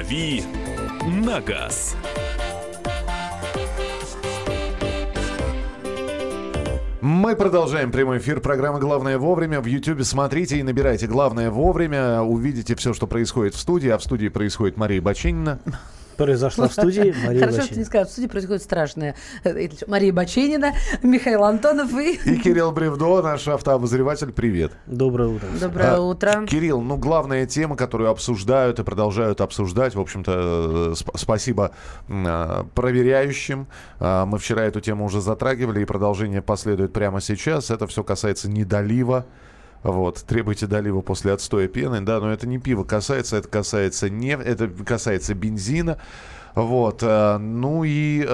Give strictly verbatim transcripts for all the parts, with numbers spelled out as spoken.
«Дави на газ». Мы продолжаем прямой эфир программы «Главное вовремя». В Ютьюбе смотрите и набирайте «Главное вовремя». Увидите все, что происходит в студии. А в студии происходит Мария Баченина. Произошла в студии Мария Хорошо, Баченина. что ты не сказал, в студии происходит страшное. Мария Баченина, Михаил Антонов и... И Кирилл Бревдо, наш автообозреватель. Привет. Доброе утро. Доброе А, утро. Кирилл, ну главная тема, которую обсуждают и продолжают обсуждать, в общем-то, сп- спасибо э, проверяющим. Э, мы вчера эту тему уже затрагивали, и продолжение последует прямо сейчас. Это все касается недолива. Вот, требуйте долива после отстоя пены, да, но это не пиво касается, это касается нефти, это касается бензина. Вот, э, ну и, э,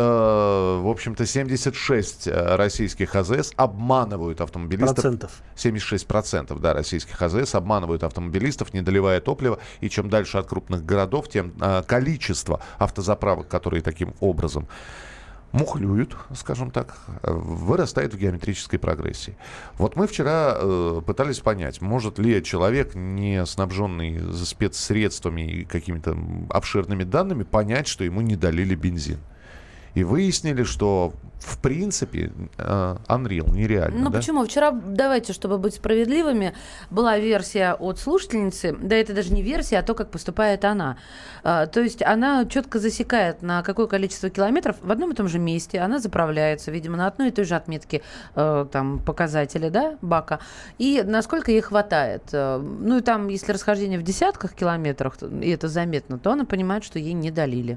в общем-то, семьдесят шесть российских АЗС обманывают автомобилистов. Процентов. семьдесят шесть процентов, да, российских АЗС обманывают автомобилистов, не доливая топливо. И чем дальше от крупных городов, тем э, количество автозаправок, которые таким образом мухлюют, скажем так, вырастает в геометрической прогрессии. Вот мы вчера э, пытались понять, может ли человек, не снабженный спецсредствами и какими-то обширными данными, понять, что ему не долили бензин. И выяснили, что в принципе э, Unreal нереально. Ну да? почему? Вчера, давайте, чтобы быть справедливыми, была версия от слушательницы, да это даже не версия, а то, как поступает она. А, то есть она четко засекает, на какое количество километров в одном и том же месте она заправляется, видимо, на одной и той же отметке э, там, показателя, да, бака, и насколько ей хватает. Ну и там, если расхождение в десятках километрах, и это заметно, то она понимает, что ей не долили.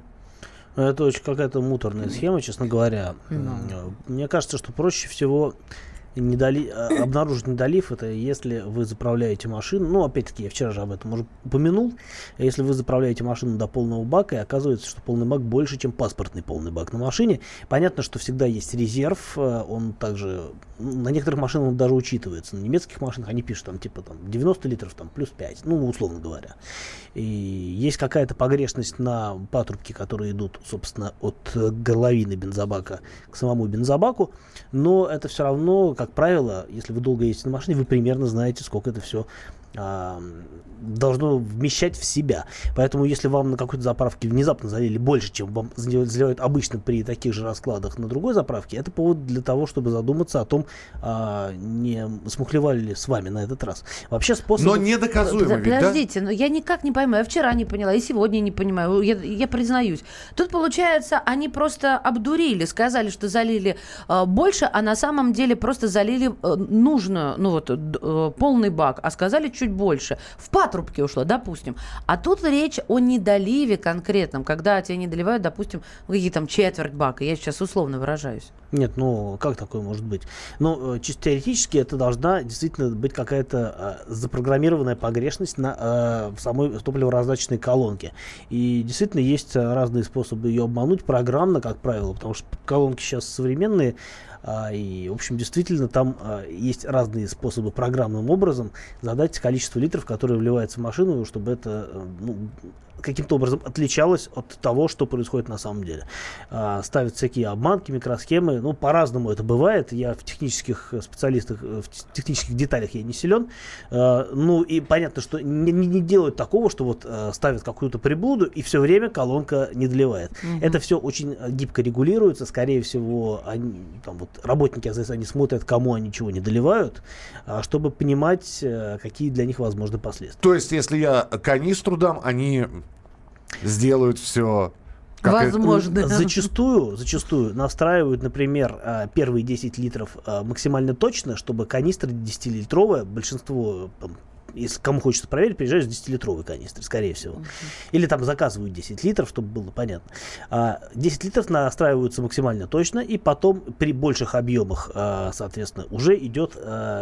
Это очень какая-то муторная схема, честно говоря. No. Мне кажется, что проще всего недоли... обнаружить недолив, это если вы заправляете машину, ну, опять-таки, я вчера же об этом уже упомянул, если вы заправляете машину до полного бака, и оказывается, что полный бак больше, чем паспортный полный бак на машине. Понятно, что всегда есть резерв, он также, на некоторых машинах он даже учитывается, на немецких машинах они пишут, там, типа, там, девяносто литров, там, плюс пять, ну, условно говоря. И есть какая-то погрешность на патрубки, которые идут, собственно, от горловины бензобака к самому бензобаку, но это все равно, как правило, если вы долго ездите на машине, вы примерно знаете, сколько это все а, должно вмещать в себя. Поэтому, если вам на какой-то заправке внезапно залили больше, чем вам заливают обычно при таких же раскладах на другой заправке, это повод для того, чтобы задуматься о том, а, не смухлевали ли с вами на этот раз. Вообще способ... Но недоказуемо ведь, да? Подождите, но я никак не пойму. Я вчера не поняла, и сегодня не понимаю. Я, я признаюсь. Тут, получается, они просто обдурили, сказали, что залили э, больше, а на самом деле просто залили э, нужную, ну вот, э, полный бак, а сказали чуть больше. В патрубке ушло, допустим. А тут речь о недоливе конкретном, когда тебе не доливают, допустим, какие там четверть бака. Я сейчас условно выражаюсь. Нет, ну как такое может быть? Ну, чисто теоретически это должна действительно быть какая-то э, запрограммированная погрешность на, э, в самой топливораздаточной колонке. И действительно есть разные способы ее обмануть программно, как правило, потому что колонки сейчас современные, э, и, в общем, действительно там э, есть разные способы программным образом задать количество литров, которые вливается в машину, чтобы это... Э, ну, каким-то образом отличалось от того, что происходит на самом деле. А, ставят всякие обманки, микросхемы. Ну, по-разному это бывает. Я в технических специалистах, в технических деталях я не силен. А, ну, и понятно, что не, не делают такого, что вот а, ставят какую-то приблуду, и все время колонка не доливает. Mm-hmm. Это все очень гибко регулируется. Скорее всего, они, там, вот, работники АЗС, они смотрят, кому они чего не доливают, а, чтобы понимать, а, какие для них возможны последствия. То есть, если я канистру дам, они сделают все как возможно. Это... Зачастую, зачастую настраивают, например, первые десять литров максимально точно, чтобы канистра десятилитровая, большинство, если кому хочется проверить, приезжают с десятилитровой канистры, скорее всего. Uh-huh. Или там заказывают десять литров, чтобы было понятно. десять литров настраиваются максимально точно, и потом при больших объемах, соответственно, уже идет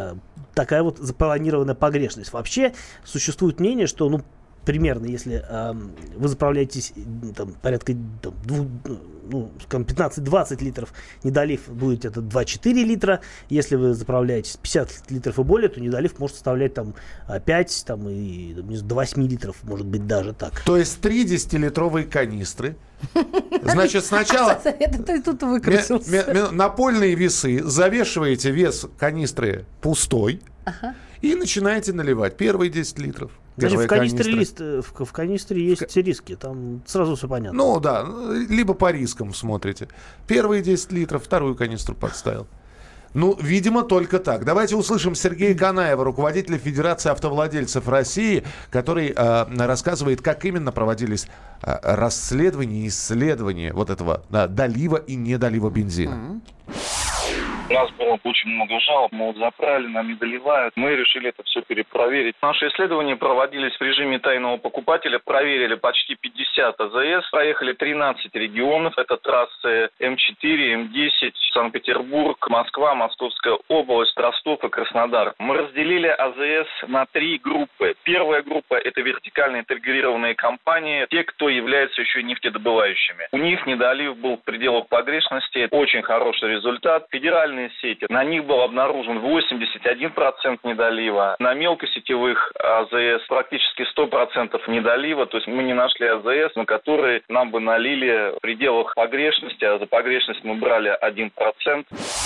такая вот запланированная погрешность. Вообще существует мнение, что, ну, примерно, если э, вы заправляетесь там, порядка там, двух, ну, пятнадцать-двадцать литров, недолив будет это два-четыре литра. Если вы заправляетесь пятьдесят литров и более, то недолив может составлять там, пять там, и, до восьми литров, может быть, даже так. То есть три десятилитровые канистры. Значит, сначала это ты тут выкрутился. Напольные весы, завешиваете вес канистры пустой и начинаете наливать первые десять литров. Значит, первая в канистре, канистра. лист, э, в, в канистре есть риски, там сразу все понятно. Ну да, либо по рискам смотрите. Первые десять литров, вторую канистру подставил. Ну, видимо, только так. Давайте услышим Сергея Канаева, руководителя Федерации автовладельцев России, который э, рассказывает, как именно проводились э, расследования и исследования вот этого э, долива и недолива бензина. У нас было очень много жалоб, мол, заправили, нам не доливают. Мы решили это все перепроверить. Наши исследования проводились в режиме тайного покупателя. Проверили почти пятьдесят АЗС, проехали тринадцать регионов. Это трассы эм четыре, эм десять, Санкт-Петербург, Москва, Московская область, Ростов и Краснодар. Мы разделили АЗС на три группы. Первая группа – это вертикально интегрированные компании, те, кто является еще нефтедобывающими. У них недолив был в пределах погрешности, очень хороший результат. Федеральные сети, на них был обнаружен восемьдесят один процент недолива. На мелкосетевых АЗС практически сто процентов недолива. То есть мы не нашли АЗС, на которые нам бы налили в пределах погрешности, а за погрешность мы брали один процент.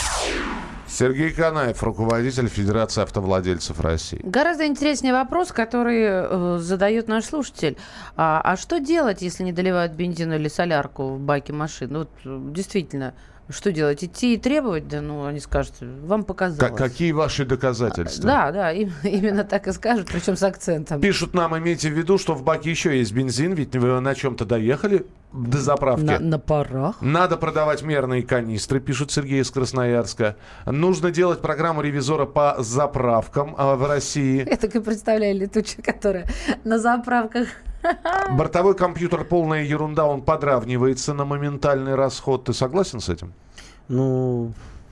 Сергей Канаев, руководитель Федерации автовладельцев России. Гораздо интереснее вопрос, который э, задает наш слушатель. А, а что делать, если не доливают бензин или солярку в баке машины? Вот действительно, что делать? Идти и требовать? Да, ну, они скажут, вам показалось. К- какие ваши доказательства? Да, да, им, именно так и скажут, причем с акцентом. Пишут нам, имейте в виду, что в баке еще есть бензин, ведь вы на чем-то доехали до заправки. На, на парах. Надо продавать мерные канистры, пишет Сергей из Красноярска. Нужно делать программу ревизора по заправкам а, в России. Я так и представляю летучую, которая на заправках. Бортовой компьютер полная ерунда, он подравнивается на моментальный расход. Ты согласен с этим? Ну,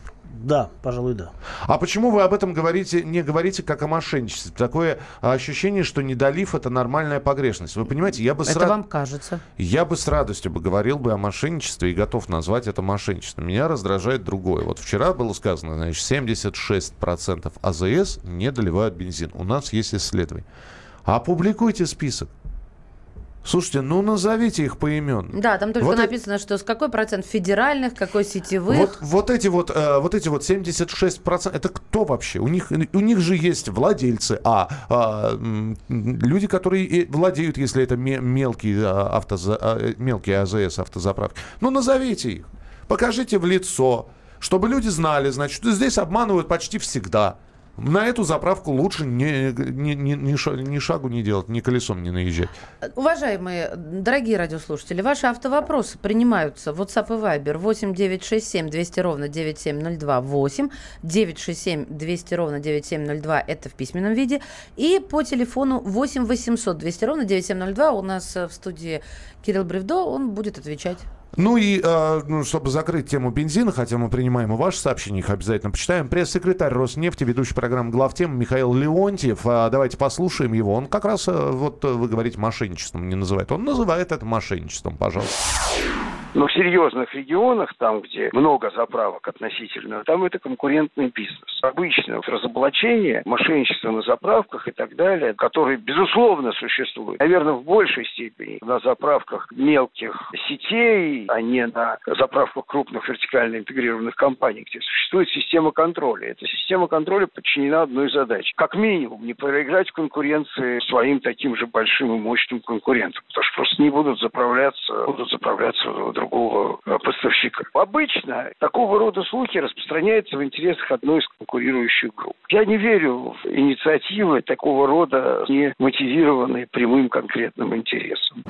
да, пожалуй, да. А почему вы об этом говорите, не говорите как о мошенничестве? Такое ощущение, что недолив — это нормальная погрешность. Вы понимаете, я бы, с Это рад... вам кажется. я бы с радостью бы говорил бы о мошенничестве и готов назвать это мошенничеством. Меня раздражает другое. Вот вчера было сказано, значит, семьдесят шесть процентов АЗС не доливают бензин. У нас есть исследование. Опубликуйте список. Слушайте, ну назовите их поименно. Да, там только вот написано, что с какой процент федеральных, какой сетевых. Вот, вот эти вот, э, вот эти вот семьдесят шесть процентов, это кто вообще? У них, у них же есть владельцы, а, а м, люди, которые и владеют, если это ме- мелкие, а, автоза, а, мелкие АЗС, автозаправки. Ну назовите их, покажите в лицо, чтобы люди знали, значит, что здесь обманывают почти всегда. На эту заправку лучше ни, ни, ни, ни, шаг, ни шагу не делать, ни колесом не наезжать. Уважаемые, дорогие радиослушатели, ваши автовопросы принимаются в WhatsApp и Viber восемь девятьсот шестьдесят семь двести ровно девяносто семь ноль два, восемь девятьсот шестьдесят семь двести ровно девяносто семь ноль два, это в письменном виде, и по телефону восемь восемьсот двести ровно девяносто семь ноль два у нас в студии Кирилл Бревдо, он будет отвечать. Ну и, э, ну, чтобы закрыть тему бензина, хотя мы принимаем и ваши сообщения, их обязательно почитаем. Пресс-секретарь Роснефти, ведущий программы «Главтема» Михаил Леонтьев. А, давайте послушаем его. Он как раз, вот вы говорите, мошенничеством не называет. Он называет это мошенничеством, пожалуйста. Но в серьезных регионах, там, где много заправок относительно, там это конкурентный бизнес. Обычно разоблачение, мошенничество на заправках и так далее, которые, безусловно, существуют, наверное, в большей степени на заправках мелких сетей, а не на заправках крупных вертикально интегрированных компаний, где существует система контроля. Эта система контроля подчинена одной задаче. Как минимум, не проиграть в конкуренции своим таким же большим и мощным конкурентам. Потому что просто не будут заправляться, будут заправляться в другого поставщика. Обычно такого рода слухи распространяются в интересах одной из конкурирующих групп. Я не верю в инициативы такого рода, не мотивированные прямым конкретным интересом.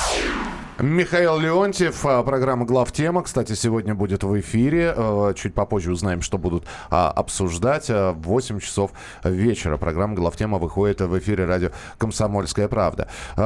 Михаил Леонтьев, программа «Главтема». Кстати, сегодня будет в эфире. Чуть попозже узнаем, что будут обсуждать. В восемь часов вечера программа «Главтема» выходит в эфире радио «Комсомольская правда».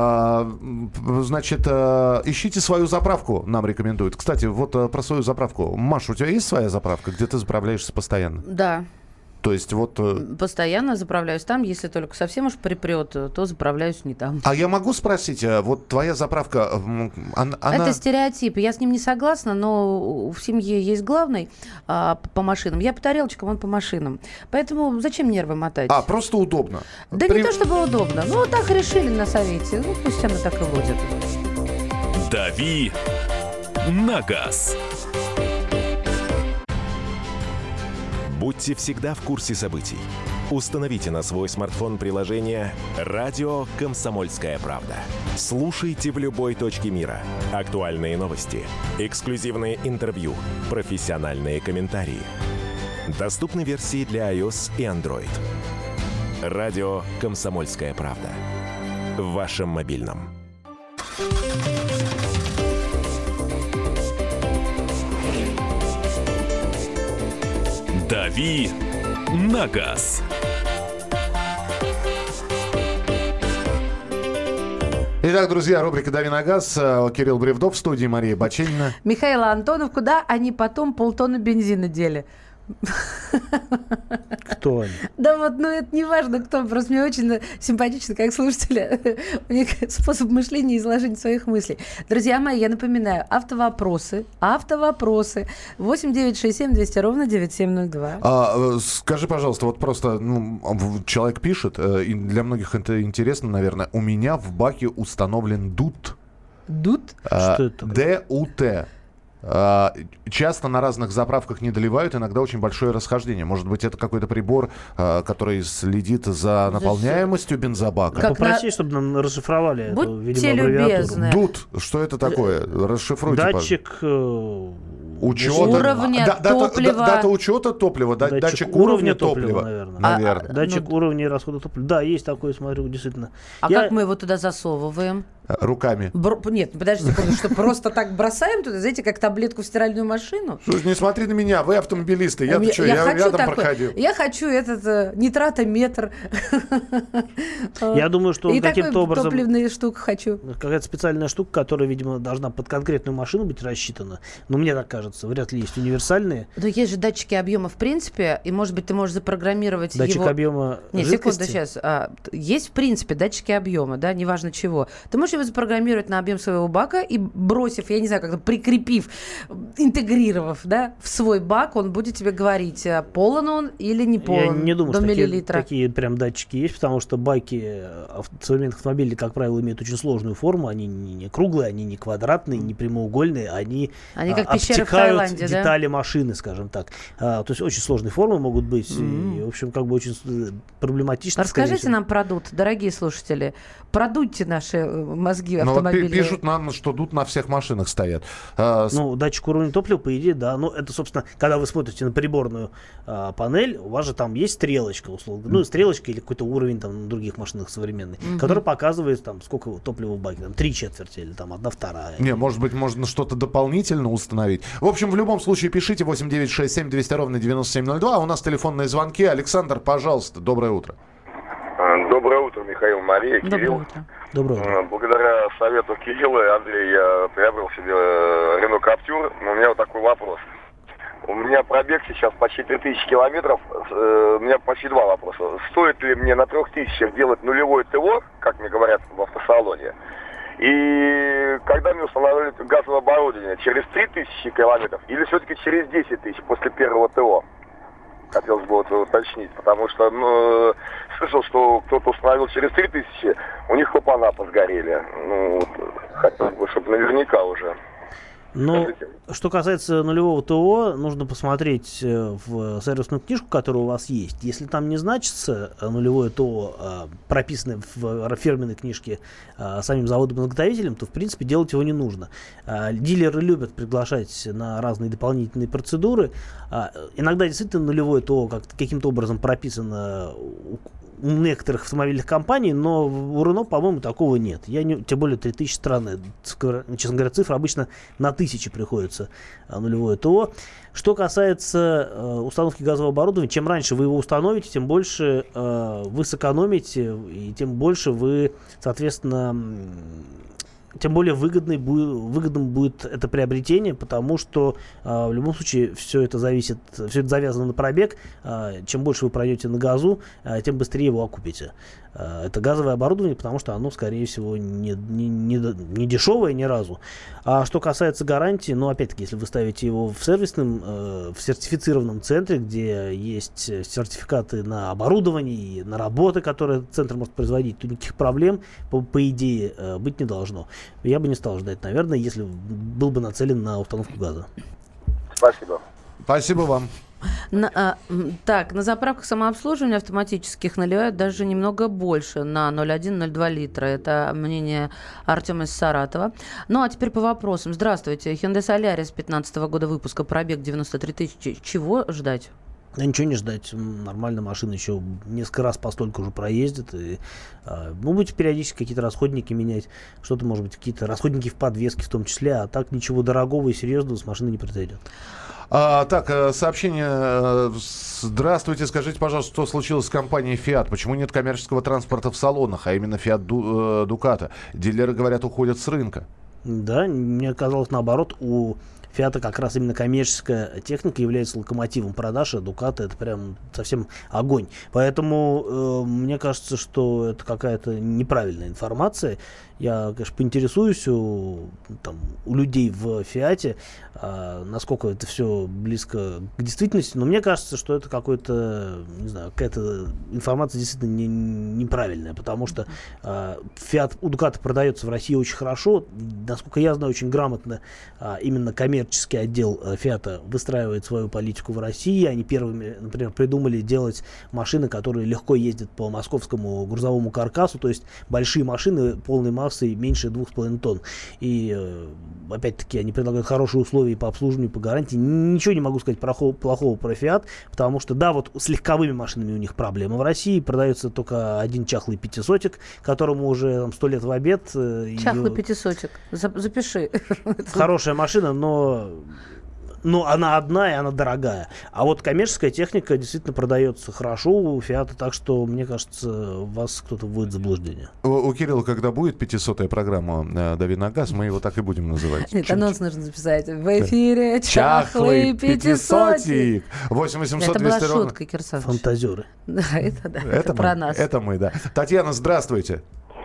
Значит, ищите свою заправку, нам рекомендуют. Кстати, вот про свою заправку. Маша, у тебя есть своя заправка, где ты заправляешься постоянно? Да. То есть вот... Постоянно заправляюсь там, если только совсем уж припрет, то заправляюсь не там. А я могу спросить, вот твоя заправка, она... Это стереотип, я с ним не согласна, но в семье есть главный а, по машинам. Я по тарелочкам, он по машинам. Поэтому зачем нервы мотать? А, просто удобно. Да При... не то чтобы удобно, ну вот так решили на совете, ну пусть она так и будет. Дави на газ. Будьте всегда в курсе событий. Установите на свой смартфон приложение «Радио Комсомольская правда». Слушайте в любой точке мира. Актуальные новости, эксклюзивные интервью, профессиональные комментарии. Доступны версии для iOS и Android. «Радио Комсомольская правда». В вашем мобильном. «Дави на газ». Итак, друзья, рубрика «Дави на газ». Кирилл Бревдов в студии, Мария Баченина. Михаил Антонов. Куда они потом полтонны бензина дели? Кто они? Да вот, ну это не важно, кто. Просто мне очень симпатично, как слушатели, у них способ мышления и изложения своих мыслей. Друзья мои, я напоминаю, автовопросы, автовопросы. восемь девятьсот шестьдесят семь двести ровно девяносто семь ноль два. А, скажи, пожалуйста, вот просто ну, человек пишет, и для многих это интересно, наверное, у меня в баке установлен ДУТ. ДУТ? А, Что это такое? ДУТ. А, часто на разных заправках не доливают, иногда очень большое расхождение. Может быть, это какой-то прибор, а, который следит за наполняемостью бензобака? Как Попроси, на... чтобы нам расшифровали Будьте эту, видимо, любезны. ДУТ, что это такое? Расшифруйте. Датчик э... учета уровня да, топлива. Дата, дата учета топлива, датчик, датчик уровня, уровня топлива, топлива наверное. наверное. А, датчик ну... уровня и расхода топлива. Да, есть такой, смотрю, действительно. А Я... как мы его туда засовываем? Руками. Бр... Нет, подождите, что просто так бросаем туда, знаете, как таблетку в стиральную машину? Слушай, не смотри на меня, вы автомобилисты, я-то что, я, я рядом такой, проходил. Я хочу этот э, нитратометр. Я думаю, что он каким-то образом... топливные штуки хочу. Какая-то специальная штука, которая, видимо, должна под конкретную машину быть рассчитана. Но мне так кажется, вряд ли есть универсальные. Но есть же датчики объема в принципе, и, может быть, ты можешь запрограммировать Датчик его... Датчик объема Нет, жидкости? секунду, сейчас. А, есть, в принципе, датчики объема, да, неважно чего. Ты можешь его запрограммировать на объем своего бака и, бросив, я не знаю, как-то прикрепив, интегрировав, да, в свой бак, он будет тебе говорить, полон он или не полон. Я не думаю, до что миллилитра. Такие, такие прям датчики есть, потому что баки современных автомобилей, как правило, имеют очень сложную форму. Они не, не круглые, они не квадратные, не прямоугольные. Они, они как а, пещеры в Таиланде, детали да? машины, скажем так. А, то есть очень сложные формы могут быть. Mm-hmm. И, в общем, как бы очень проблематично. Расскажите нам про ДУТ, дорогие слушатели. Продуйте наши мозги автомобилей. Пишут нам, что ДУТ на всех машинах стоят. А, ну, датчик уровня топлива, по идее, да. Ну, это, собственно, когда вы смотрите на приборную а, панель, у вас же там есть стрелочка, условно. Ну, стрелочка или какой-то уровень там на других машинах современных, mm-hmm. который показывает, там, сколько топлива в баке. Там, три четверти или там одна вторая. Не, может быть, можно что-то дополнительно установить. В общем, в любом случае, пишите восемь девятьсот шестьдесят семь двести ровно девяносто семь ноль два. А у нас телефонные звонки. Александр, пожалуйста, доброе утро. Доброе утро, Михаил, Мария, Кирилл. Доброе утро. Доброе утро. Благодаря совету Кирилла и Андрея я приобрел себе Renault Captur. Но у меня вот такой вопрос. У меня пробег сейчас почти три тысячи километров. У меня почти два вопроса. Стоит ли мне на трех тысячах делать нулевой ТО, как мне говорят в автосалоне? И когда мне установили газовое оборудование, через три тысячи километров или все-таки через десять тысяч после первого ТО? Хотелось бы вот уточнить, потому что ну, слышал, что кто-то установил через три тысячи, у них клапана посгорели. Ну, хотелось бы, чтобы наверняка уже. Ну, что касается нулевого ТО, нужно посмотреть в сервисную книжку, которая у вас есть. Если там не значится нулевое ТО, прописанное в фирменной книжке самим заводом-изготовителем, то, в принципе, делать его не нужно. Дилеры любят приглашать на разные дополнительные процедуры. Иногда действительно нулевое ТО как- каким-то образом прописано у некоторых автомобильных компаний, но у Renault, по-моему, такого нет. Я не, тем более три тысячи странная. Честно говоря, цифра обычно на тысячи приходится нулевое ТО. Что касается э, установки газового оборудования, чем раньше вы его установите, тем больше э, вы сэкономите, и тем больше вы, соответственно, тем более выгодный будет, выгодным будет это приобретение, потому что э, в любом случае все это зависит, все это завязано на пробег. Э, чем больше вы пройдете на газу, э, тем быстрее его окупите. Э, это газовое оборудование, потому что оно, скорее всего, не, не, не, не дешевое ни разу. А что касается гарантии, ну, опять-таки, если вы ставите его в сервисном, э, в сертифицированном центре, где есть сертификаты на оборудование и на работы, которые центр может производить, то никаких проблем, по, по идее, э, быть не должно. Я бы не стал ждать, наверное, если был бы нацелен на установку газа. Спасибо. Спасибо вам. На, а, так, на заправках самообслуживания автоматических наливают даже немного больше, на ноль целых одна десятая - ноль целых два литра. Это мнение Артема из Саратова. Ну, а теперь по вопросам. Здравствуйте. Hyundai Solaris пятнадцатого года выпуска, пробег девяносто три тысячи. Чего ждать? Да ничего не ждать. Нормально, машина еще несколько раз постольку уже проездит. И, а, ну, будете периодически какие-то расходники менять. Что-то, может быть, какие-то расходники в подвеске в том числе. А так ничего дорогого и серьезного с машины не произойдет. А, так, сообщение. Здравствуйте, скажите, пожалуйста, что случилось с компанией Fiat? Почему нет коммерческого транспорта в салонах, а именно Fiat Ducato? Дилеры, говорят, уходят с рынка. Да, мне казалось наоборот, у Фиата как раз именно коммерческая техника является локомотивом продаж, а Дукато это прям совсем огонь. Поэтому э, мне кажется, что это какая-то неправильная информация. Я, конечно, поинтересуюсь у, там, у людей в Фиате, э, насколько это все близко к действительности, но мне кажется, что это какой-то, не знаю, какая-то информация действительно не, неправильная, потому что э, Фиат у Дукато продается в России очень хорошо. Насколько я знаю, очень грамотно э, именно коммерческий отдел Фиата выстраивает свою политику в России. Они первыми, например, придумали делать машины, которые легко ездят по московскому грузовому каркасу, то есть большие машины полной массой меньше двух с половиной тонн. И опять-таки они предлагают хорошие условия по обслуживанию, по гарантии. Ничего не могу сказать плохого, плохого про Фиат, потому что, да, вот с легковыми машинами у них проблема в России. Продается только один чахлый пятисотик, которому уже сто лет в обед. Чахлый и... пятисотик. Запиши. Хорошая машина, но но она одна и она дорогая. А вот коммерческая техника действительно продается хорошо у Фиата, так что, мне кажется, вас кто-то вводит в заблуждение. У, у Кирилла, когда будет пятисотая программа э, «Дави на газ», мы его так и будем называть. Нет, анонс нужно записать. В эфире чахлый пятисотик. восемь восемьсот Это была двести ровно. шутка, Кирсанович. Фантазеры. Да, это да. Это, Это мы, про нас. Это мы, да. Татьяна, здравствуйте.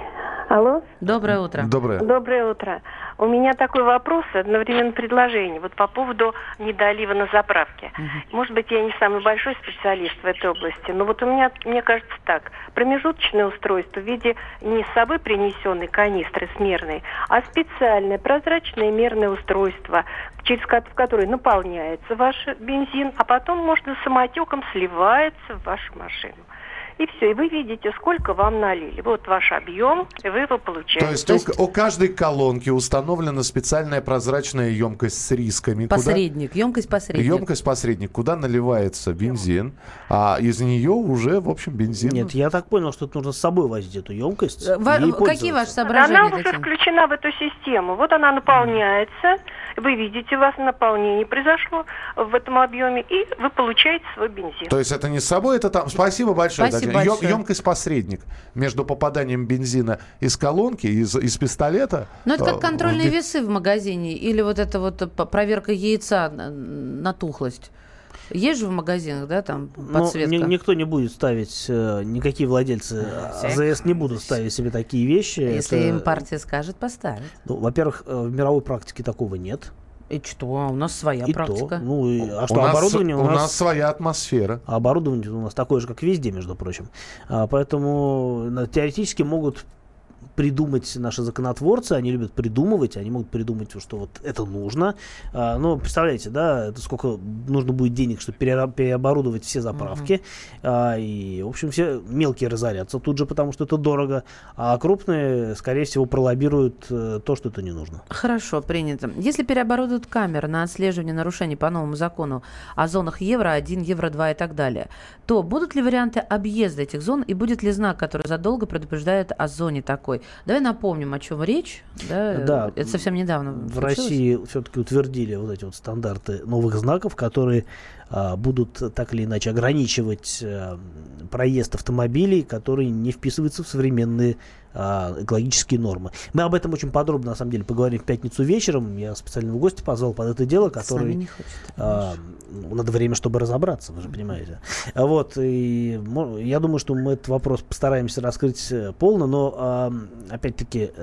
Алло. Доброе утро. Доброе. Доброе утро. У меня такой вопрос, одновременно предложение, вот по поводу недолива на заправке. Uh-huh. Может быть, я не самый большой специалист в этой области, но вот у меня, мне кажется так, промежуточное устройство в виде не с собой принесенной канистры с мерной, а специальное прозрачное мерное устройство, через в которое наполняется ваш бензин, а потом можно самотеком сливается в вашу машину. И все, и вы видите, сколько вам налили. Вот ваш объем, и вы его получаете. То есть, То есть... У, у каждой колонки установлена специальная прозрачная емкость с рисками. Посредник, куда... емкость посредник. Емкость посредник, куда наливается бензин, а из нее уже, в общем, бензин... Нет, я так понял, что это нужно с собой возить эту емкость. Во... Какие ваши соображения? Она уже включена в эту систему. Вот она наполняется, вы видите, у вас наполнение произошло в этом объеме, и вы получаете свой бензин. То есть это не с собой, это там... Спасибо большое. Спасибо. Емкость посредник между попаданием бензина из колонки, из, из пистолета. Ну, это как контрольные в... весы в магазине. Или вот это вот проверка яйца на, на тухлость. Есть же в магазинах, да, там подсветка? Ну, никто не будет ставить, никакие владельцы АЗС не будут ставить себе такие вещи. Если это... им партия скажет, поставят. Ну, во-первых, в мировой практике такого нет. И что? У нас своя и практика. То. Ну, и, а что, у оборудование нас, у нас... У нас своя атмосфера. А оборудование у нас такое же, как везде, между прочим. А, поэтому теоретически могут придумать наши законотворцы, они любят придумывать, они могут придумать, что вот это нужно. А, но представляете, да, это сколько нужно будет денег, чтобы переоборудовать все заправки. Uh-huh. А, и, в общем, все мелкие разорятся тут же, потому что это дорого, а крупные, скорее всего, пролоббируют э, то, что это не нужно. Хорошо, принято. Если переоборудуют камеры на отслеживание нарушений по новому закону о зонах Евро один, Евро два и так далее, то будут ли варианты объезда этих зон и будет ли знак, который задолго предупреждает о зоне такой? Давай напомним, о чем речь. Да, да. Это совсем недавно В случилось. России все-таки утвердили вот эти вот стандарты новых знаков, которые а, будут так или иначе ограничивать а, проезд автомобилей, которые не вписываются в современные а, экологические нормы. Мы об этом очень подробно, на самом деле, поговорим в пятницу вечером. Я специального гостя позвал под это дело, который... не хочет, а, надо время, чтобы разобраться, вы же понимаете. Вот, и я думаю, что мы этот вопрос постараемся раскрыть полно, но, а, опять-таки,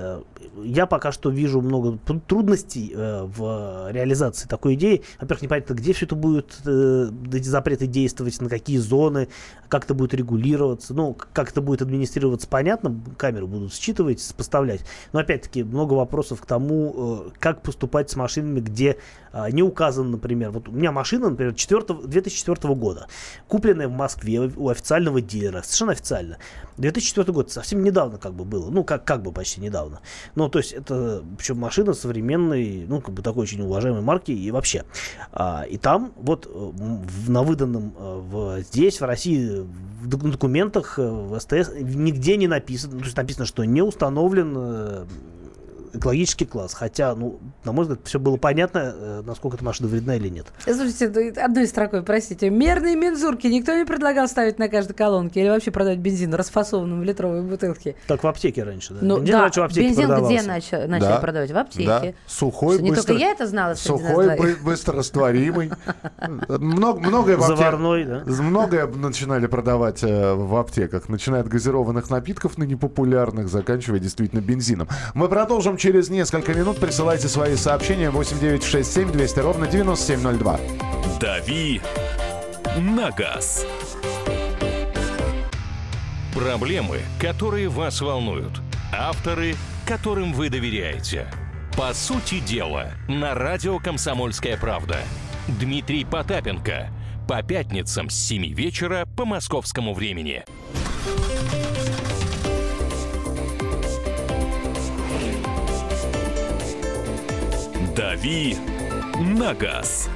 я пока что вижу много трудностей в реализации такой идеи. Во-первых, непонятно, где все это будет эти запреты действовать, на какие зоны, как это будет регулироваться. Ну, как это будет администрироваться, понятно, камеры будут считывать, сопоставлять. Но, опять-таки, много вопросов к тому, как поступать с машинами, где не указано, например, вот у меня машина, например, две тысячи четвёртого года, купленная в Москве у официального дилера, совершенно официально. две тысячи четвёртый год, совсем недавно как бы было, ну, как, как бы почти недавно. Ну, то есть, это, причем машина современной, ну, как бы такой очень уважаемой марки и вообще. А, и там вот в, на выданном в, здесь, в России, в документах, в СТС нигде не написано, то есть написано, что не установлен экологический класс. Хотя, ну, на мой взгляд, все было понятно, насколько эта машина вредна или нет. Слушайте, одной строкой, простите. Мерные мензурки никто не предлагал ставить на каждой колонке или вообще продавать бензин расфасованным в литровой бутылке? Так в аптеке раньше, да? Ну, бензин да, раньше в аптеке бензин продавался. где начали, начали да. продавать? В аптеке. Да. Сухой, что, не быстро... только я это знала. Сухой, бы- быстрорастворимый. Много, многое в аптеке... Заварной, да? Многое начинали продавать э, в аптеках. Начиная от газированных напитков, ныне популярных, заканчивая действительно бензином. Мы продолжим через несколько минут. Присылайте свои сообщения восемь девять шесть семь двести ровно девяносто семь ноль два. Дави на газ. Проблемы, которые вас волнуют. Авторы, которым вы доверяете. По сути дела, на радио «Комсомольская правда». Дмитрий Потапенко. По пятницам с семи вечера по московскому времени. Дави на газ.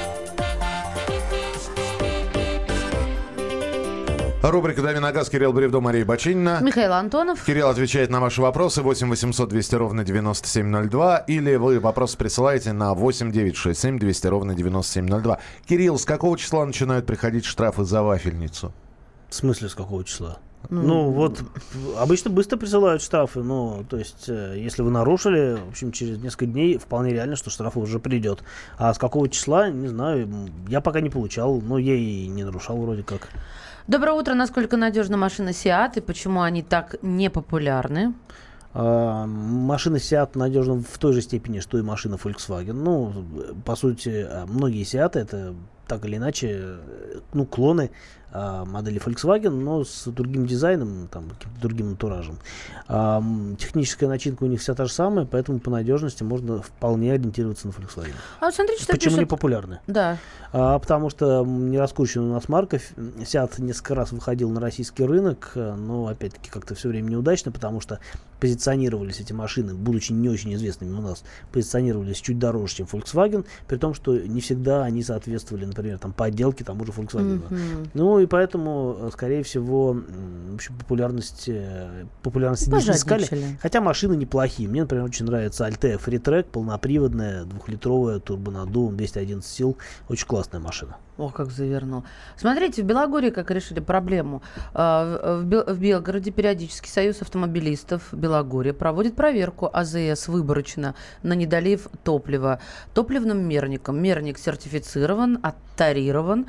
Рубрика «Дави на газ». Кирилл Бревдо, Мария Бачинина. Михаил Антонов. Кирилл отвечает на ваши вопросы. восемь восемьсот двести ровно девяносто семь ноль два. Или вы вопросы присылаете на восемь девять шесть семь двести ровно девяносто семь ноль два. Кирилл, с какого числа начинают приходить штрафы за вафельницу? В смысле, с какого числа? Ну, ну, вот, обычно быстро присылают штрафы, ну, то есть, э, если вы нарушили, в общем, через несколько дней вполне реально, что штраф уже придет. А с какого числа, не знаю, я пока не получал, но я и не нарушал вроде как. Доброе утро. Насколько надежна машина Seat и почему они так непопулярны? А, машина Seat надежна в той же степени, что и машина Volkswagen. Ну, по сути, многие Seat это так или иначе, ну, клоны а, модели Volkswagen, но с другим дизайном, там, каким-то другим антуражем. А, техническая начинка у них вся та же самая, поэтому по надежности можно вполне ориентироваться на Volkswagen. А вот смотрите, что Почему пишет... не популярны? Да. А, потому что не раскручена у нас марка. Seat несколько раз выходил на российский рынок, но, опять-таки, как-то все время неудачно, потому что позиционировались эти машины, будучи не очень известными у нас, позиционировались чуть дороже, чем Volkswagen, при том, что не всегда они соответствовали, например, там, по отделке тому же Volkswagen. Mm-hmm. Ну, и поэтому, скорее всего, в общем, популярность, популярность не снискали. Хотя машины неплохие. Мне, например, очень нравится Altea Freetrack, полноприводная, двухлитровая, турбонаддувом, двести одиннадцать сил. Очень классная машина. О, как завернул. Смотрите, в Белогорье как решили проблему. В Белгороде периодически Союз автомобилистов Белогорья проводит проверку АЗС выборочно на недолив топлива топливным мерником. Мерник сертифицирован, оттарирован.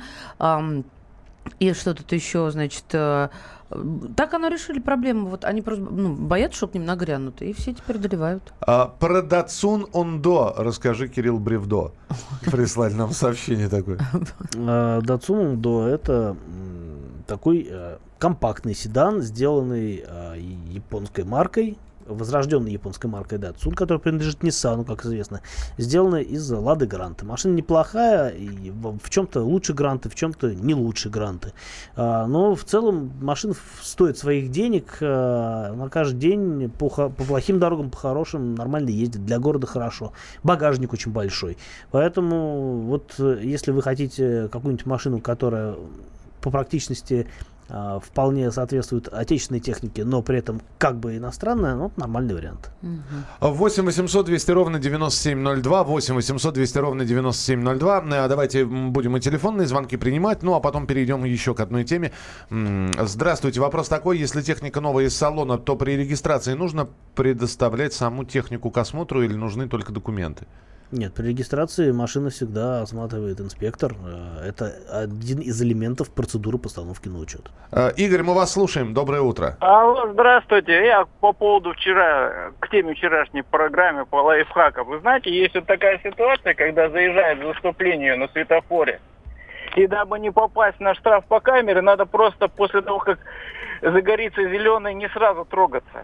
И что тут еще, значит... Так оно решили проблему. Вот они просто ну, боятся, что к ним нагрянут, и все теперь доливают. А, про Datsun Ондо расскажи, Кирилл Бревдо. Прислали нам сообщение такое. Datsun Ондо — это такой компактный седан, сделанный японской маркой, возрожденной японской маркой Datsun, которая принадлежит Nissan, как известно, сделанная из Лады Гранты. Машина неплохая, и в чем-то лучше Гранты, в чем-то не лучше Гранты. А, но в целом машина стоит своих денег. А, на каждый день по, по плохим дорогам, по хорошим нормально ездит. Для города хорошо. Багажник очень большой. Поэтому вот если вы хотите какую-нибудь машину, которая по практичности вполне соответствует отечественной технике, но при этом как бы иностранная, ну, нормальный вариант. восемь восемьсот двести ровно девяносто семь ноль два, восемь восемьсот двести ровно девяносто семь ноль два. Давайте будем и телефонные звонки принимать, ну, а потом перейдем еще к одной теме. Здравствуйте, вопрос такой: если техника новая из салона, то при регистрации нужно предоставлять саму технику к осмотру или нужны только документы? Нет, при регистрации машина всегда осматривает инспектор. Это один из элементов процедуры постановки на учет. Игорь, мы вас слушаем. Доброе утро. Алло, здравствуйте. Я по поводу вчера, к теме вчерашней программы по лайфхакам. Вы знаете, есть вот такая ситуация, когда заезжает к заступлению на светофоре, И дабы не попасть на штраф по камере, надо просто после того, как загорится зеленый, не сразу трогаться.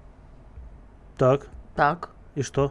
Так. Так. И что?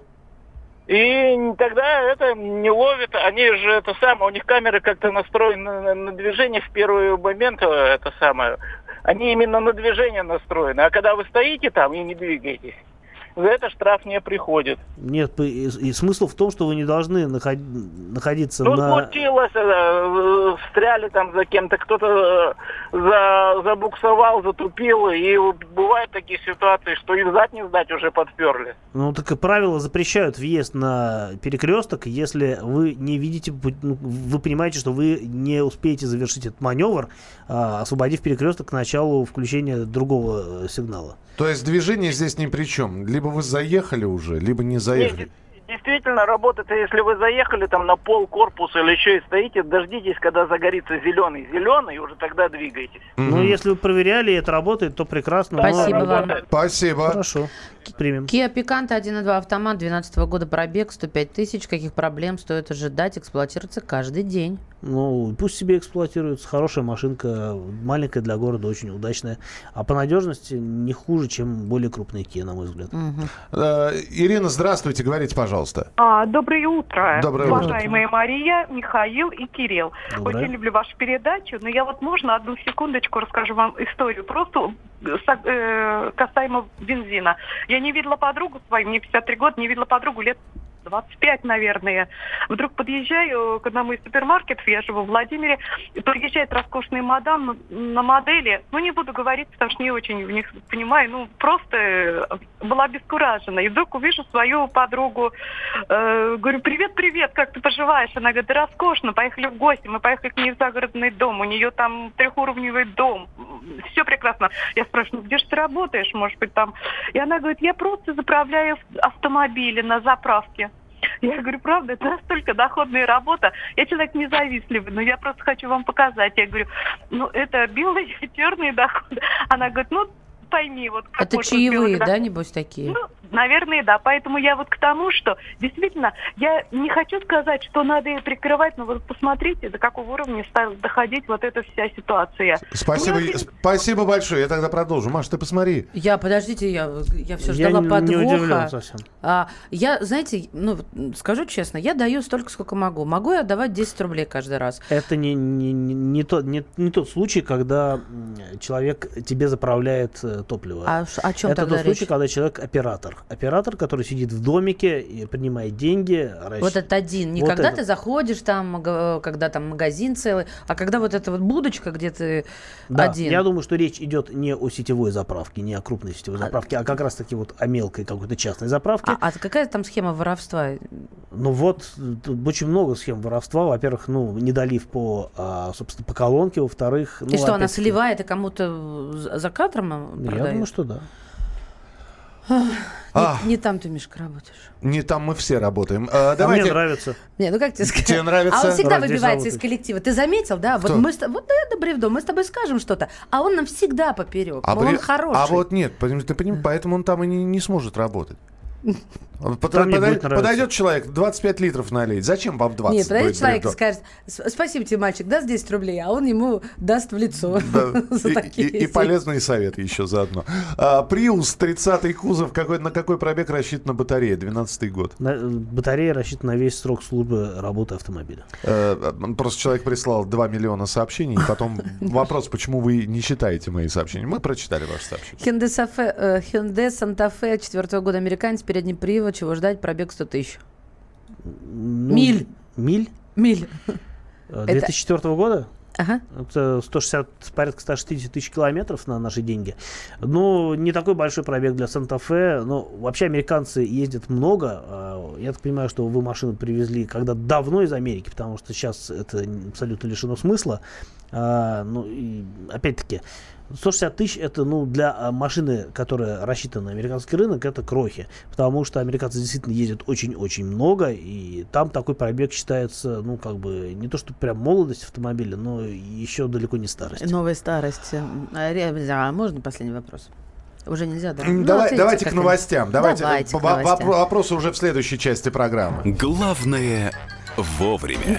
И тогда это не ловит. Они же это самое, у них камеры как-то настроены на, на движение в первый момент, это самое. Они именно на движение настроены. А когда вы стоите там и не двигаетесь, за это штраф не приходит. Нет, и, и смысл в том, что вы не должны наход... находиться ну, на... случилось, э, встряли там за кем-то, кто-то э, за, забуксовал, затупил, и бывают такие ситуации, что и взад не сдать уже подперли. Ну, так и правила запрещают въезд на перекресток, если вы не видите, ну, вы понимаете, что вы не успеете завершить этот маневр, а, освободив перекресток к началу включения другого э, сигнала. То есть движение здесь ни при чем. Либо вы заехали уже, либо не заехали. Нет, действительно работает, если вы заехали там на пол корпуса или еще и стоите, дождитесь, когда загорится зеленый. Зеленый, уже тогда двигайтесь. Mm-hmm. Ну, если вы проверяли, и это работает, то прекрасно. Спасибо но... вам. Спасибо. Хорошо. Примем. Kia Picanto один и два автомат, двенадцатого года пробег, сто пять тысяч. Каких проблем стоит ожидать? Эксплуатируется каждый день. Ну, пусть себе эксплуатируется. Хорошая машинка, маленькая для города, очень удачная. А по надежности не хуже, чем более крупные Kia, на мой взгляд. Угу. Э, Ирина, здравствуйте, говорите, пожалуйста. А, доброе утро. Доброе утро. Уважаемые Мария, Михаил и Кирилл. Доброе. Очень люблю вашу передачу, но я вот можно одну секундочку расскажу вам историю. Просто э, касаемо бензина. Я не видела подругу свою, мне пятьдесят три года, не видела подругу лет двадцать пять, наверное. Вдруг подъезжаю к одному из супермаркетов, я живу в Владимире, и подъезжает роскошный мадам на модели. Ну, не буду говорить, потому что не очень в них понимаю. Ну, просто была обескуражена. И вдруг увижу свою подругу. Э, говорю, привет-привет, как ты поживаешь? Она говорит, да роскошно, поехали в гости. Мы поехали к ней в загородный дом. У нее там трехуровневый дом. Все прекрасно. Я спрашиваю, ну, где же ты работаешь? Может быть, там... И она говорит, я просто заправляю автомобили на заправке. Я говорю, правда, это настолько доходная работа. Я человек независливый, но я просто хочу вам показать. Я говорю, ну, это белые и черные доходы. Она говорит, ну, пойми, вот... Это чаевые, да, небось, такие? Ну, наверное, да. Поэтому я вот к тому, что действительно, я не хочу сказать, что надо ее прикрывать, но вот посмотрите, до какого уровня стала доходить вот эта вся ситуация. Спасибо, ну, спасибо большое. Я тогда продолжу. Маш, ты посмотри. Я, подождите, я, я все ждала я подвоха. Я не удивлен совсем. А, я, знаете, ну, скажу честно, я даю столько, сколько могу. Могу я отдавать десять рублей каждый раз. Это не, не, не, не, тот, не, не тот случай, когда человек тебе заправляет топливо. А о чем Это тогда тот речь? случай, когда человек оператор. Оператор, который сидит в домике и принимает деньги. Расч... Вот это один. Не вот когда этот. ты заходишь там, когда там магазин целый, а когда вот эта вот будочка, где ты да, один. Я думаю, что речь идет не о сетевой заправке, не о крупной сетевой заправке, а, а как раз таки вот о мелкой какой-то частной заправке. А, а какая там схема воровства? Ну вот, тут очень много схем воровства. Во-первых, ну, не долив по, а, собственно, по колонке. Во-вторых... И ну, что, она сливает и кому-то за кадром продает? Я думаю, что да. А. Не, не там ты, Мишка, работаешь. Не там мы все работаем. А, а давайте... мне нравится. Не, ну как тебе сказать? Тебе нравится? А он всегда Ради выбивается зовут. из коллектива. Ты заметил, да? Кто? Вот мы с тобой, вот да, Бревдо, мы с тобой скажем что-то, а он нам всегда поперек. А, Мол, бре... он хороший. а вот нет, ты понимаешь, поэтому он там и не, не сможет работать. Под, Там мне будет подойдет, нравиться. подойдет человек, двадцать пять литров налить. Зачем вам двадцать? Нет, подойдет будет человек и Бревдо? скажет, «С- спасибо тебе, мальчик, даст десять рублей, а он ему даст в лицо. Да. за И, такие и- и вещи. полезные советы еще заодно. А, Приус, тридцатый кузов. Какой, на какой пробег рассчитана батарея? двенадцатый год. На- батарея рассчитана на весь срок службы работы автомобиля. Э, Просто человек прислал два миллиона сообщений. И потом вопрос, почему вы не читаете мои сообщения. Мы прочитали ваши сообщения. Hyundai Safе- э, Hyundai Santa Fe четвертого года, американец, передний привод, чего ждать, пробег сто тысяч. Ну, Миль. Миль? Миль. две тысячи четвёртого года? Ага. Это сто шестьдесят, порядка сто шестьдесят тысяч километров на наши деньги. Ну, не такой большой пробег для Санта-Фе. Но вообще американцы ездят много. А, Я так понимаю, что вы машину привезли когда давно из Америки, потому что сейчас это абсолютно лишено смысла. А, ну, и опять-таки, сто шестьдесят тысяч это, ну, для а, машины, которая рассчитана на американский рынок, это крохи. Потому что американцы действительно ездят очень-очень много, и там такой пробег считается, ну, как бы, не то, что прям молодость автомобиля, но еще далеко не старость. Новая старость. А, ре- а можно последний вопрос? Уже нельзя, да? М, Ну, Давай, ответьте давайте к как-нибудь. новостям. Давайте, Давайте к Во- новостям. вопро- вопросы уже в следующей части программы. Главное вовремя.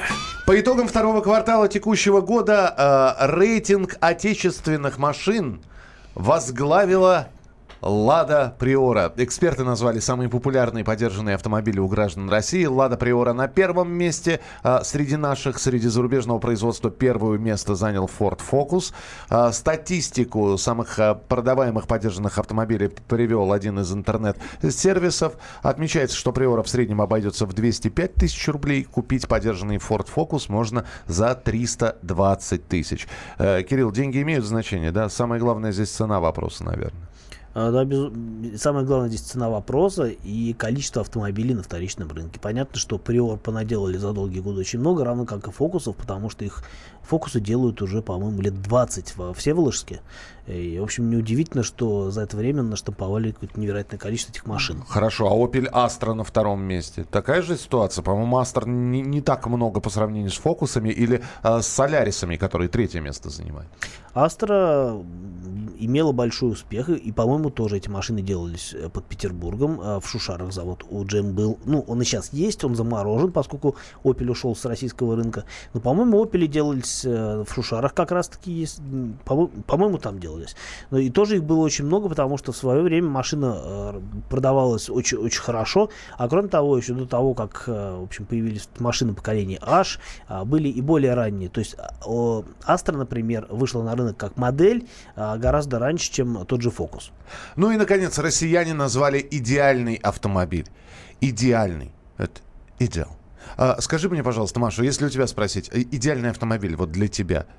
По итогам второго квартала текущего года э, рейтинг отечественных машин возглавила «Лада Приора». Эксперты назвали самые популярные подержанные автомобили у граждан России. «Лада Приора» на первом месте а, среди наших. Среди зарубежного производства первое место занял Ford Focus. А, статистику самых а, продаваемых подержанных автомобилей привел один из интернет-сервисов. Отмечается, что Приора в среднем обойдется в двести пять тысяч рублей. Купить подержанный Ford Focus можно за триста двадцать тысяч. А, Кирилл, деньги имеют значение, да? Самое главное здесь цена вопроса, наверное. Да, без... Самое главное здесь цена вопроса и количество автомобилей на вторичном рынке. Понятно, что Приор понаделали за долгие годы очень много, равно как и Фокусов, потому что их Фокусы делают уже, по-моему, лет двадцать во Всеволожске. И, в общем, неудивительно, что за это время наштамповали какое-то невероятное количество этих машин. Хорошо, а Opel Astra на втором месте. Такая же ситуация? По-моему, Astra не, не так много по сравнению с Фокусами или э, с Солярисами, которые третье место занимают. Astra имела большой успех, и, по-моему, тоже эти машины делались под Петербургом. В Шушарах завод у джем был. Ну, он и сейчас есть, он заморожен, поскольку Opel ушел с российского рынка. Но, по-моему, Opel делались в Шушарах как раз-таки есть. По-моему, по-моему, там делались. Но и тоже их было очень много, потому что в свое время машина продавалась очень, очень хорошо. А кроме того, еще до того, как, в общем, появились машины поколения H, были и более ранние. То есть Astra, например, вышла на рынок как модель гораздо раньше, чем тот же Focus. Ну и, наконец, россияне назвали идеальный автомобиль. Идеальный. Это идеал. А, скажи мне, пожалуйста, Маша, если у тебя спросить, идеальный автомобиль вот для тебя,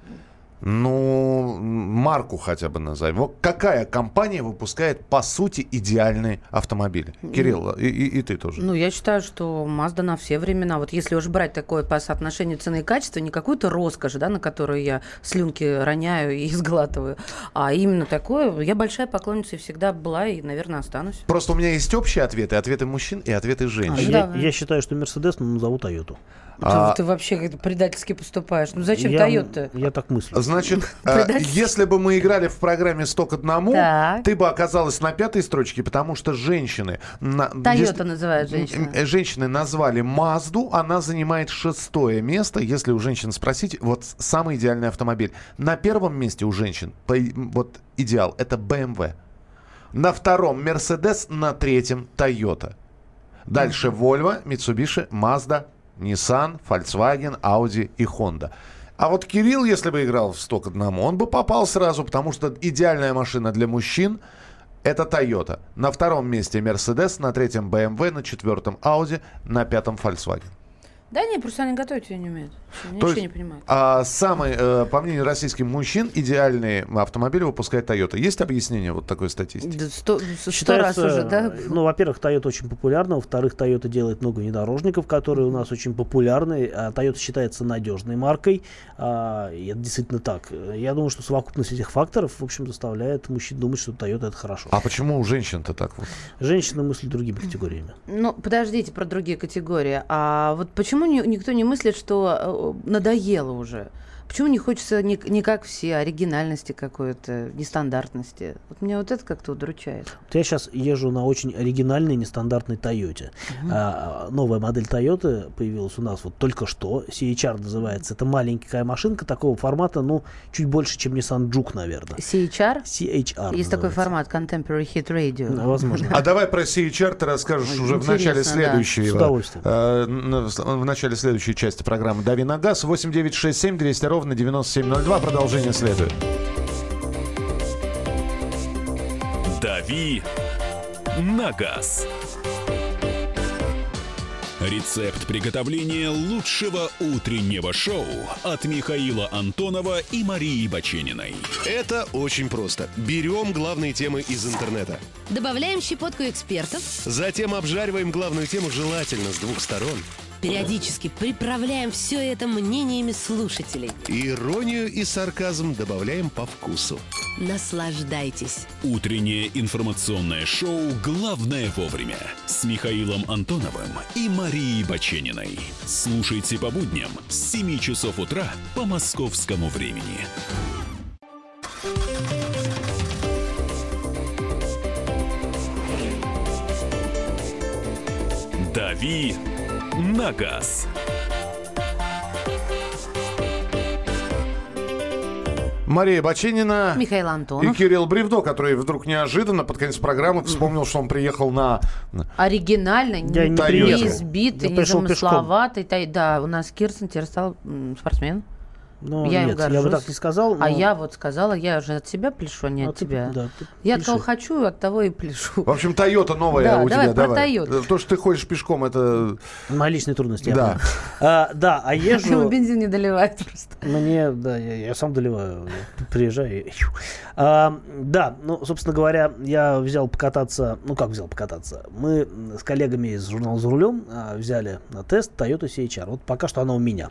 ну, марку хотя бы назови. Вот какая компания выпускает, по сути, идеальные автомобили? Кирилл, и, и, и ты тоже. Ну, я считаю, что Mazda на все времена. Вот если уж брать такое по соотношению цены и качества, не какую-то роскошь, да, на которую я слюнки роняю и сглатываю, а именно такое. Я большая поклонница и всегда была, и, наверное, останусь. Просто у меня есть общие ответы, ответы мужчин и ответы женщин. А, я, я считаю, что Mercedes назову Тойоту. А, ты, ты вообще как-то предательски поступаешь. Ну зачем я, Toyota? Я так мыслю. Значит, если бы мы играли в программе «сто к одному», ты бы оказалась на пятой строчке, потому что женщины... Toyota называют женщины. Женщины назвали Мазду, она занимает шестое место. Если у женщин спросить, вот самый идеальный автомобиль. На первом месте у женщин, вот идеал, это бэ эм вэ. На втором Mercedes, на третьем Toyota. Дальше Volvo, Mitsubishi, Mazda, Nissan, Volkswagen, Audi и Honda. А вот Кирилл, если бы играл в сто к одному, он бы попал сразу, потому что идеальная машина для мужчин – это Toyota. На втором месте Mercedes, на третьем бэ эм вэ, на четвертом Audi, на пятом Volkswagen. Да нет, просто они готовить ее не умеют. Они ничего не понимают. А самый, э, по мнению российских мужчин, идеальные автомобили выпускает Toyota. Есть объяснение вот такой статистики? Да, сто, сто раз уже, да? Ну, во-первых, Toyota очень популярна. Во-вторых, Toyota делает много внедорожников, которые у нас очень популярны. А Toyota считается надежной маркой. А, и это действительно так. Я думаю, что совокупность этих факторов, в общем, заставляет мужчин думать, что Toyota это хорошо. А почему у женщин-то так вот? Женщины мыслят другими категориями. Ну, подождите про другие категории. А вот почему Почему никто не мыслит, что надоело уже? Почему не хочется не, не как все, оригинальности какой-то, нестандартности? Вот меня вот это как-то удручает. Вот я сейчас езжу на очень оригинальной, нестандартной Тойоте. Uh-huh. А, новая модель Тойоты появилась у нас вот только что. си эйч ар называется. Это маленькая машинка такого формата, ну, чуть больше, чем Nissan Juke, наверное. си эйч ар? си эйч ар Есть называется. Такой формат Contemporary Hit Radio. Да, возможно. А давай про си эйч ар ты расскажешь уже в начале следующей. С удовольствием. В начале следующей части программы «Дави на газ». восемь девять шесть семь двести ровно девяносто семь ноль два. Продолжение следует. «Дави на газ». Рецепт приготовления лучшего утреннего шоу от Михаила Антонова и Марии Бачениной. Это очень просто. Берем главные темы из интернета. Добавляем щепотку экспертов. Затем обжариваем главную тему желательно с двух сторон. Периодически приправляем все это мнениями слушателей. Иронию и сарказм добавляем по вкусу. Наслаждайтесь. Утреннее информационное шоу «Главное вовремя» с Михаилом Антоновым и Марией Бачениной. Слушайте по будням с семи часов утра по московскому времени. «Дави на газ». Мария Баченина. Михаил Антонов. И Кирилл Бревдо, который вдруг неожиданно под конец программы вспомнил, что он приехал на... Оригинальный, не, не, не избитый, не замысловатый. Да, у нас Кирстен теперь стал спортсмен. Ну, я нет, им горжусь. я бы так не сказал. Но... А я вот сказала, я уже от себя пляшу, а не а от ты, тебя. Да, я пляши. от кого хочу, от того и пляшу. В общем, Тойота новая да, у давай, тебя. Про давай. Тойоту. То, что ты ходишь пешком, это... Мои личные трудности. Да. А, да, а езжу... Ему бензин не доливает просто. Мне, да, я, я сам доливаю. Приезжаю и... А, да, ну, собственно говоря, я взял покататься... Ну, как взял покататься? Мы с коллегами из журнала «За рулем» а, взяли на тест Toyota си эйч ар. Вот пока что она у меня.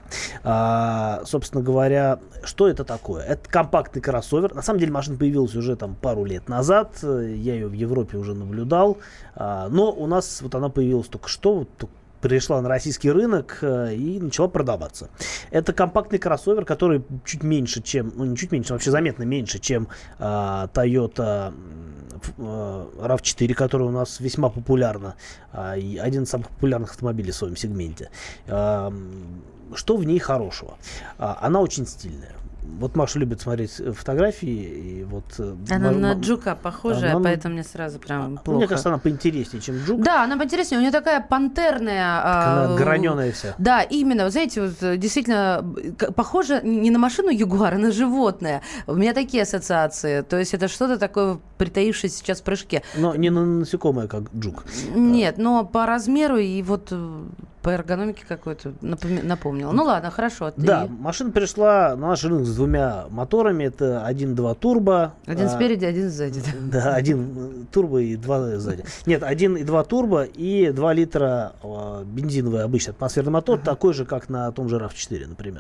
А, собственно говоря, что это такое? Это компактный кроссовер. На самом деле машина появилась уже там пару лет назад. Я ее в Европе уже наблюдал. А, но у нас вот она появилась только что, вот, только пришла на российский рынок э, и начала продаваться. Это компактный кроссовер, который чуть меньше, чем, ну не чуть меньше, вообще заметно меньше, чем э, Toyota э, рав четыре, которая у нас весьма популярна. Э, и один из самых популярных автомобилей в своем сегменте. Э, что в ней хорошего? Э, она очень стильная. Вот Маша любит смотреть фотографии. И вот, она м- на м- Джука похожая, она, поэтому мне сразу прям а, плохо. Мне кажется, она поинтереснее, чем Джук. Да, она поинтереснее. У нее такая пантерная... Она э, граненая вся. Да, именно. Вы знаете, вот, действительно, похоже не на машину Ягуар, а на животное. У меня такие ассоциации. То есть это что-то такое, притаившееся сейчас в прыжке. Но не на насекомое, как Джук. Нет, но по размеру и вот... по эргономике какой-то напомнил. Ну ладно, хорошо. Ты... Да, машина пришла на наш рынок с двумя моторами. Это один-два турбо. Один а, спереди, один сзади. Да, один турбо и два сзади. Нет, один и два турбо и два литра а, бензиновый обычный атмосферный мотор, uh-huh. такой же, как на том же рав четыре, например.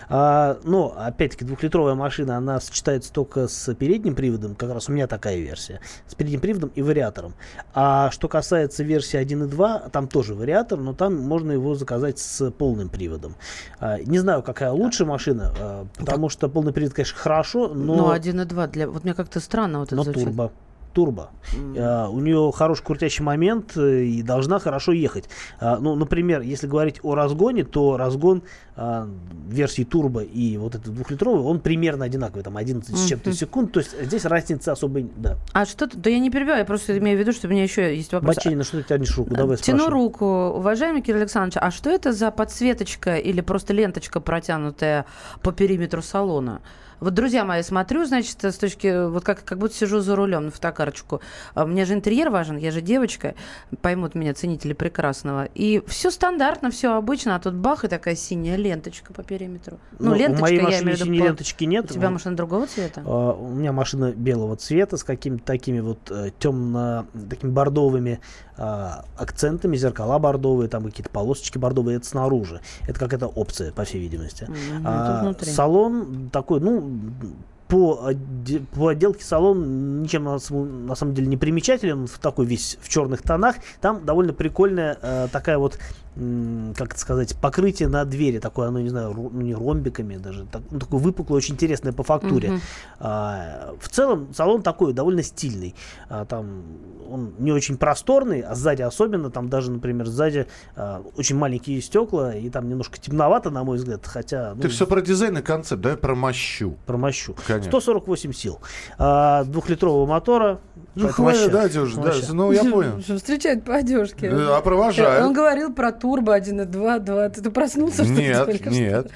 А, но, опять-таки, двухлитровая машина, она сочетается только с передним приводом. Как раз у меня такая версия. С передним приводом и вариатором. А что касается версии один и два, там тоже вариатор, но там можно его заказать с полным приводом. А, не знаю, какая лучше машина, а, потому что полный привод, конечно, хорошо, но... Ну, один и два для... Вот мне как-то странно вот это но звучит. турбо. Турбо. Mm. Uh, у нее хороший крутящий момент uh, и должна хорошо ехать. Uh, ну, например, если говорить о разгоне, то разгон uh, версии турбо и вот этот двухлитровый, он примерно одинаковый, там одиннадцать с чем-то секунд. То есть здесь разница особой, да. А что ты? Да я не перебиваю, я просто имею в виду, что у меня еще есть вопрос. Баченина, что ты тянешь руку? Давай Тяну спрашивай. руку. Уважаемый Кирилл Александрович, а что это за подсветочка или просто ленточка, протянутая по периметру салона? Вот, друзья мои, смотрю, значит, с точки, вот как, как будто сижу за рулем на фотокарточку. А мне же интерьер важен, я же девочка, поймут меня ценители прекрасного. И все стандартно, все обычно, а тут бах, и такая синяя ленточка по периметру. Ну, ну ленточка, у моей я машины имею в виду. синей По... ленточки нет. У тебя машина другого цвета? Uh, у меня машина белого цвета с какими-то такими вот uh, темно, такими бордовыми uh, акцентами, зеркала бордовые, там какие-то полосочки бордовые, это снаружи. Это какая-то опция, по всей видимости. Mm-hmm, uh, салон такой, ну, по, по отделке салон ничем на, на самом деле не примечателен, в такой весь в черных тонах. Там довольно прикольная э, такая вот, м, как это сказать, покрытие на двери, такое, оно, не знаю, ру, не ромбиками даже, так, ну, такое выпуклое, очень интересное по фактуре. Uh-huh. А, в целом салон такой довольно стильный. А, там он не очень просторный, а сзади особенно, там даже, например, сзади а, очень маленькие стекла, и там немножко темновато, на мой взгляд, хотя... Ну, ты все про дизайн и концепт, давай про мощу. Про мощу. Конечно. сто сорок восемь сил. А, двухлитрового мотора. Ну, хватит, да, Дюш, да, ну, я понял. Встречать по одежке. А провожаю. Он говорил про турбо один и два, два. Ты проснулся, что ли? Нет, нет.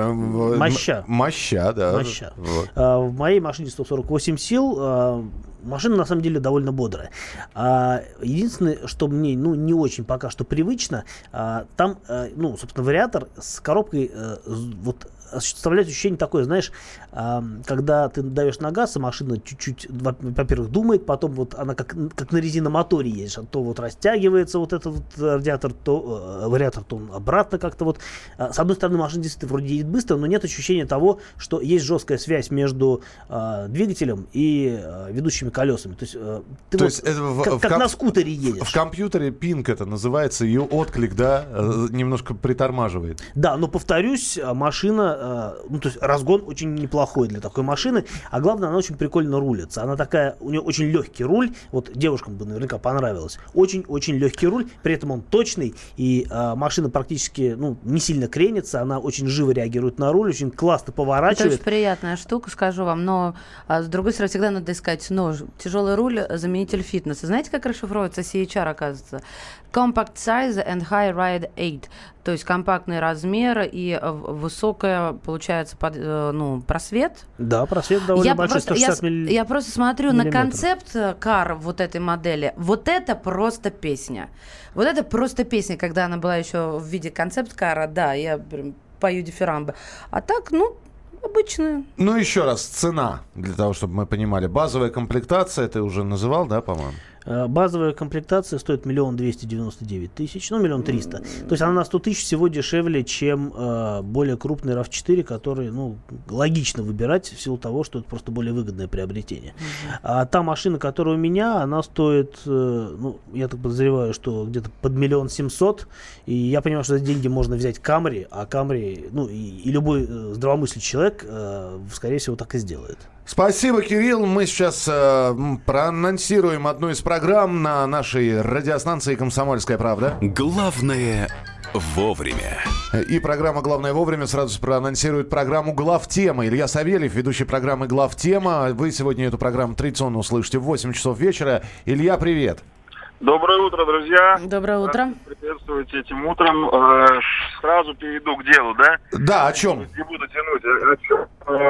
Моща. Моща, да. Моща. А, в моей машине сто сорок восемь сил. А, машина, на самом деле, довольно бодрая. А, единственное, что мне, ну, не очень пока что привычно, а, там, а, ну, собственно, вариатор с коробкой, а, вот, составляет ощущение такое, знаешь, э, когда ты даешь на газ, а машина чуть-чуть, во-первых, думает, потом вот она как, как на резиномоторе едешь, а то вот растягивается вот этот вот радиатор, то э, вариатор, то он обратно как-то вот. Э, с одной стороны, машина действительно вроде едет быстро, но нет ощущения того, что есть жесткая связь между э, двигателем и э, ведущими большими колесами. То есть, э, ты То вот есть это в, как, в, как ком- на скутере едешь. В компьютере пинг это называется, ее отклик, да, э, немножко притормаживает. Да, но повторюсь, машина, э, ну то есть разгон очень неплохой для такой машины, а главное, она очень прикольно рулится. Она такая, у нее очень легкий руль, вот девушкам бы наверняка понравилось. Очень-очень легкий руль, при этом он точный, и э, машина практически, ну, не сильно кренится, она очень живо реагирует на руль, очень классно поворачивает. Это очень приятная штука, скажу вам, но а, с другой стороны, всегда надо искать, ну, тяжелый руль, заменитель фитнеса. Знаете, как расшифровывается си эйч ар, оказывается? Compact Size and High Ride Aid. То есть компактный размер и высокая, получается, под, ну, просвет. Да, просвет довольно я большой, просто, сто шестьдесят я, милли... я просто смотрю миллиметров. на концепт кар вот этой модели. Вот это просто песня. Вот это просто песня, когда она была еще в виде концепт-кара. Да, я прям пою дифирамбы. А так, ну, обычная. Ну, еще раз, цена, для того, чтобы мы понимали. Базовая комплектация, ты уже называл, да, по-моему? Базовая комплектация стоит миллион двести девяносто девять тысяч, ну, миллион триста. То есть она на сто тысяч всего дешевле, чем э, более крупный рав четыре, который, ну, логично выбирать в силу того, что это просто более выгодное приобретение. Mm-hmm. А та машина, которая у меня, она стоит, э, ну, я так подозреваю, что где-то под миллион семьсот. И я понимаю, что за деньги можно взять Камри, а Камри, ну, и, и любой э, здравомыслящий человек, э, скорее всего, так и сделает. Спасибо, Кирилл. Мы сейчас э, проанонсируем одну из программ на нашей радиостанции «Комсомольская правда». Главное вовремя. И программа «Главное вовремя» сразу проанонсирует программу «Главтема». Илья Савельев, ведущий программы «Главтема». Вы сегодня эту программу традиционно услышите в восемь часов вечера. Илья, привет. Доброе утро, друзья. Доброе утро. Приветствуйте этим утром. Э, сразу перейду к делу, да? Да, о чем? Не буду тянуть. О чем?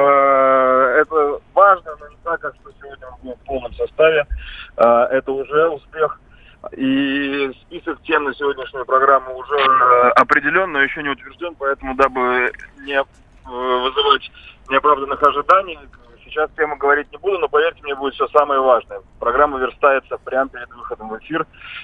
Э, это важно, но не так, как что сегодня мы в полном составе. Э, это уже успех. И список тем на сегодняшнюю программу уже определен, но еще не утвержден, поэтому, дабы не вызывать неоправданных ожиданий, сейчас тему говорить не буду, но поверьте мне, будет все самое важное. Программа верстается прямо перед выходом в эфир.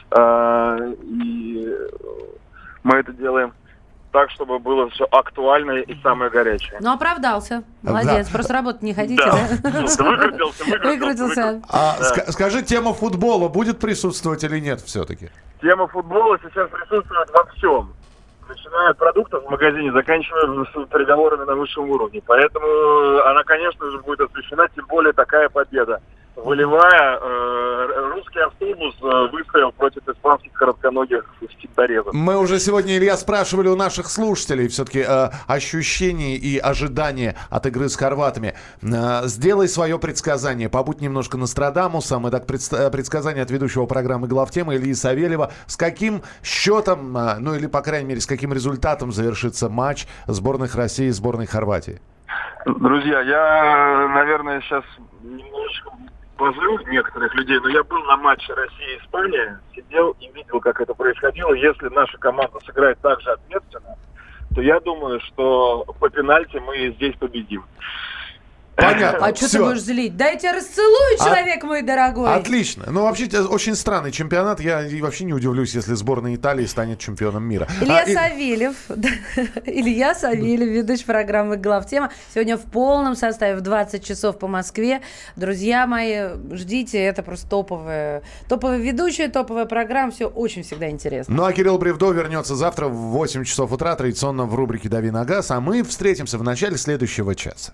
И мы это делаем так, чтобы было все актуальное и самое горячее. Ну, оправдался. Молодец. Да. Просто работать не хотите, да? да? Выкрутился, выкрутился. Выкрутился. А, да. ск- скажи, тема футбола будет присутствовать или нет все-таки? Тема футбола сейчас присутствует во всем. Начиная от продуктов в магазине, заканчивая переговорами на высшем уровне. Поэтому она, конечно же, будет освещена, тем более такая победа. Волевая, э, русский автобус э, выстоял против испанских коротконогих скипторезов. Мы уже сегодня, Илья, спрашивали у наших слушателей все-таки э, ощущения и ожидания от игры с хорватами. Э, сделай свое предсказание, побудь немножко Нострадамусом. Итак, предс- предсказание от ведущего программы «Главтема» Ильи Савельева. С каким счетом, э, ну или, по крайней мере, с каким результатом завершится матч сборных России и сборной Хорватии? Друзья, я, наверное, сейчас немножечко позову некоторых людей, но я был на матче Россия-Испания, сидел и видел, как это происходило. Если наша команда сыграет так же ответственно, то я думаю, что по пенальти мы здесь победим. Понятно. А что ты будешь злить? Да я тебя расцелую, человек а... мой дорогой. Отлично. Ну, вообще, очень странный чемпионат. Я вообще не удивлюсь, если сборная Италии станет чемпионом мира. Илья а, Савельев. И... Илья Савельев, ведущий программы «Главтема». Сегодня в полном составе в двадцать часов по Москве. Друзья мои, ждите. Это просто топовая, топовая ведущая, топовая программа. Все очень всегда интересно. Ну, а Кирилл Бревдо вернется завтра в восемь часов утра, традиционно в рубрике «Дави на газ». А мы встретимся в начале следующего часа.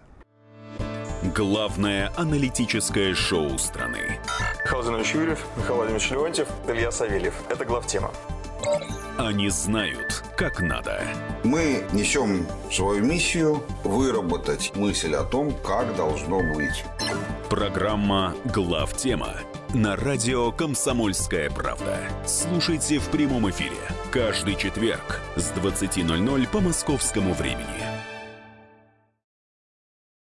Главное аналитическое шоу страны. Михаил Владимирович Юрьев, Михаил Владимирович Леонтьев, Илья Савельев. Это «Главтема». Они знают, как надо. Мы несем свою миссию выработать мысль о том, как должно быть. Программа «Главтема» на радио «Комсомольская правда». Слушайте в прямом эфире каждый четверг с двадцати ноль-ноль по московскому времени.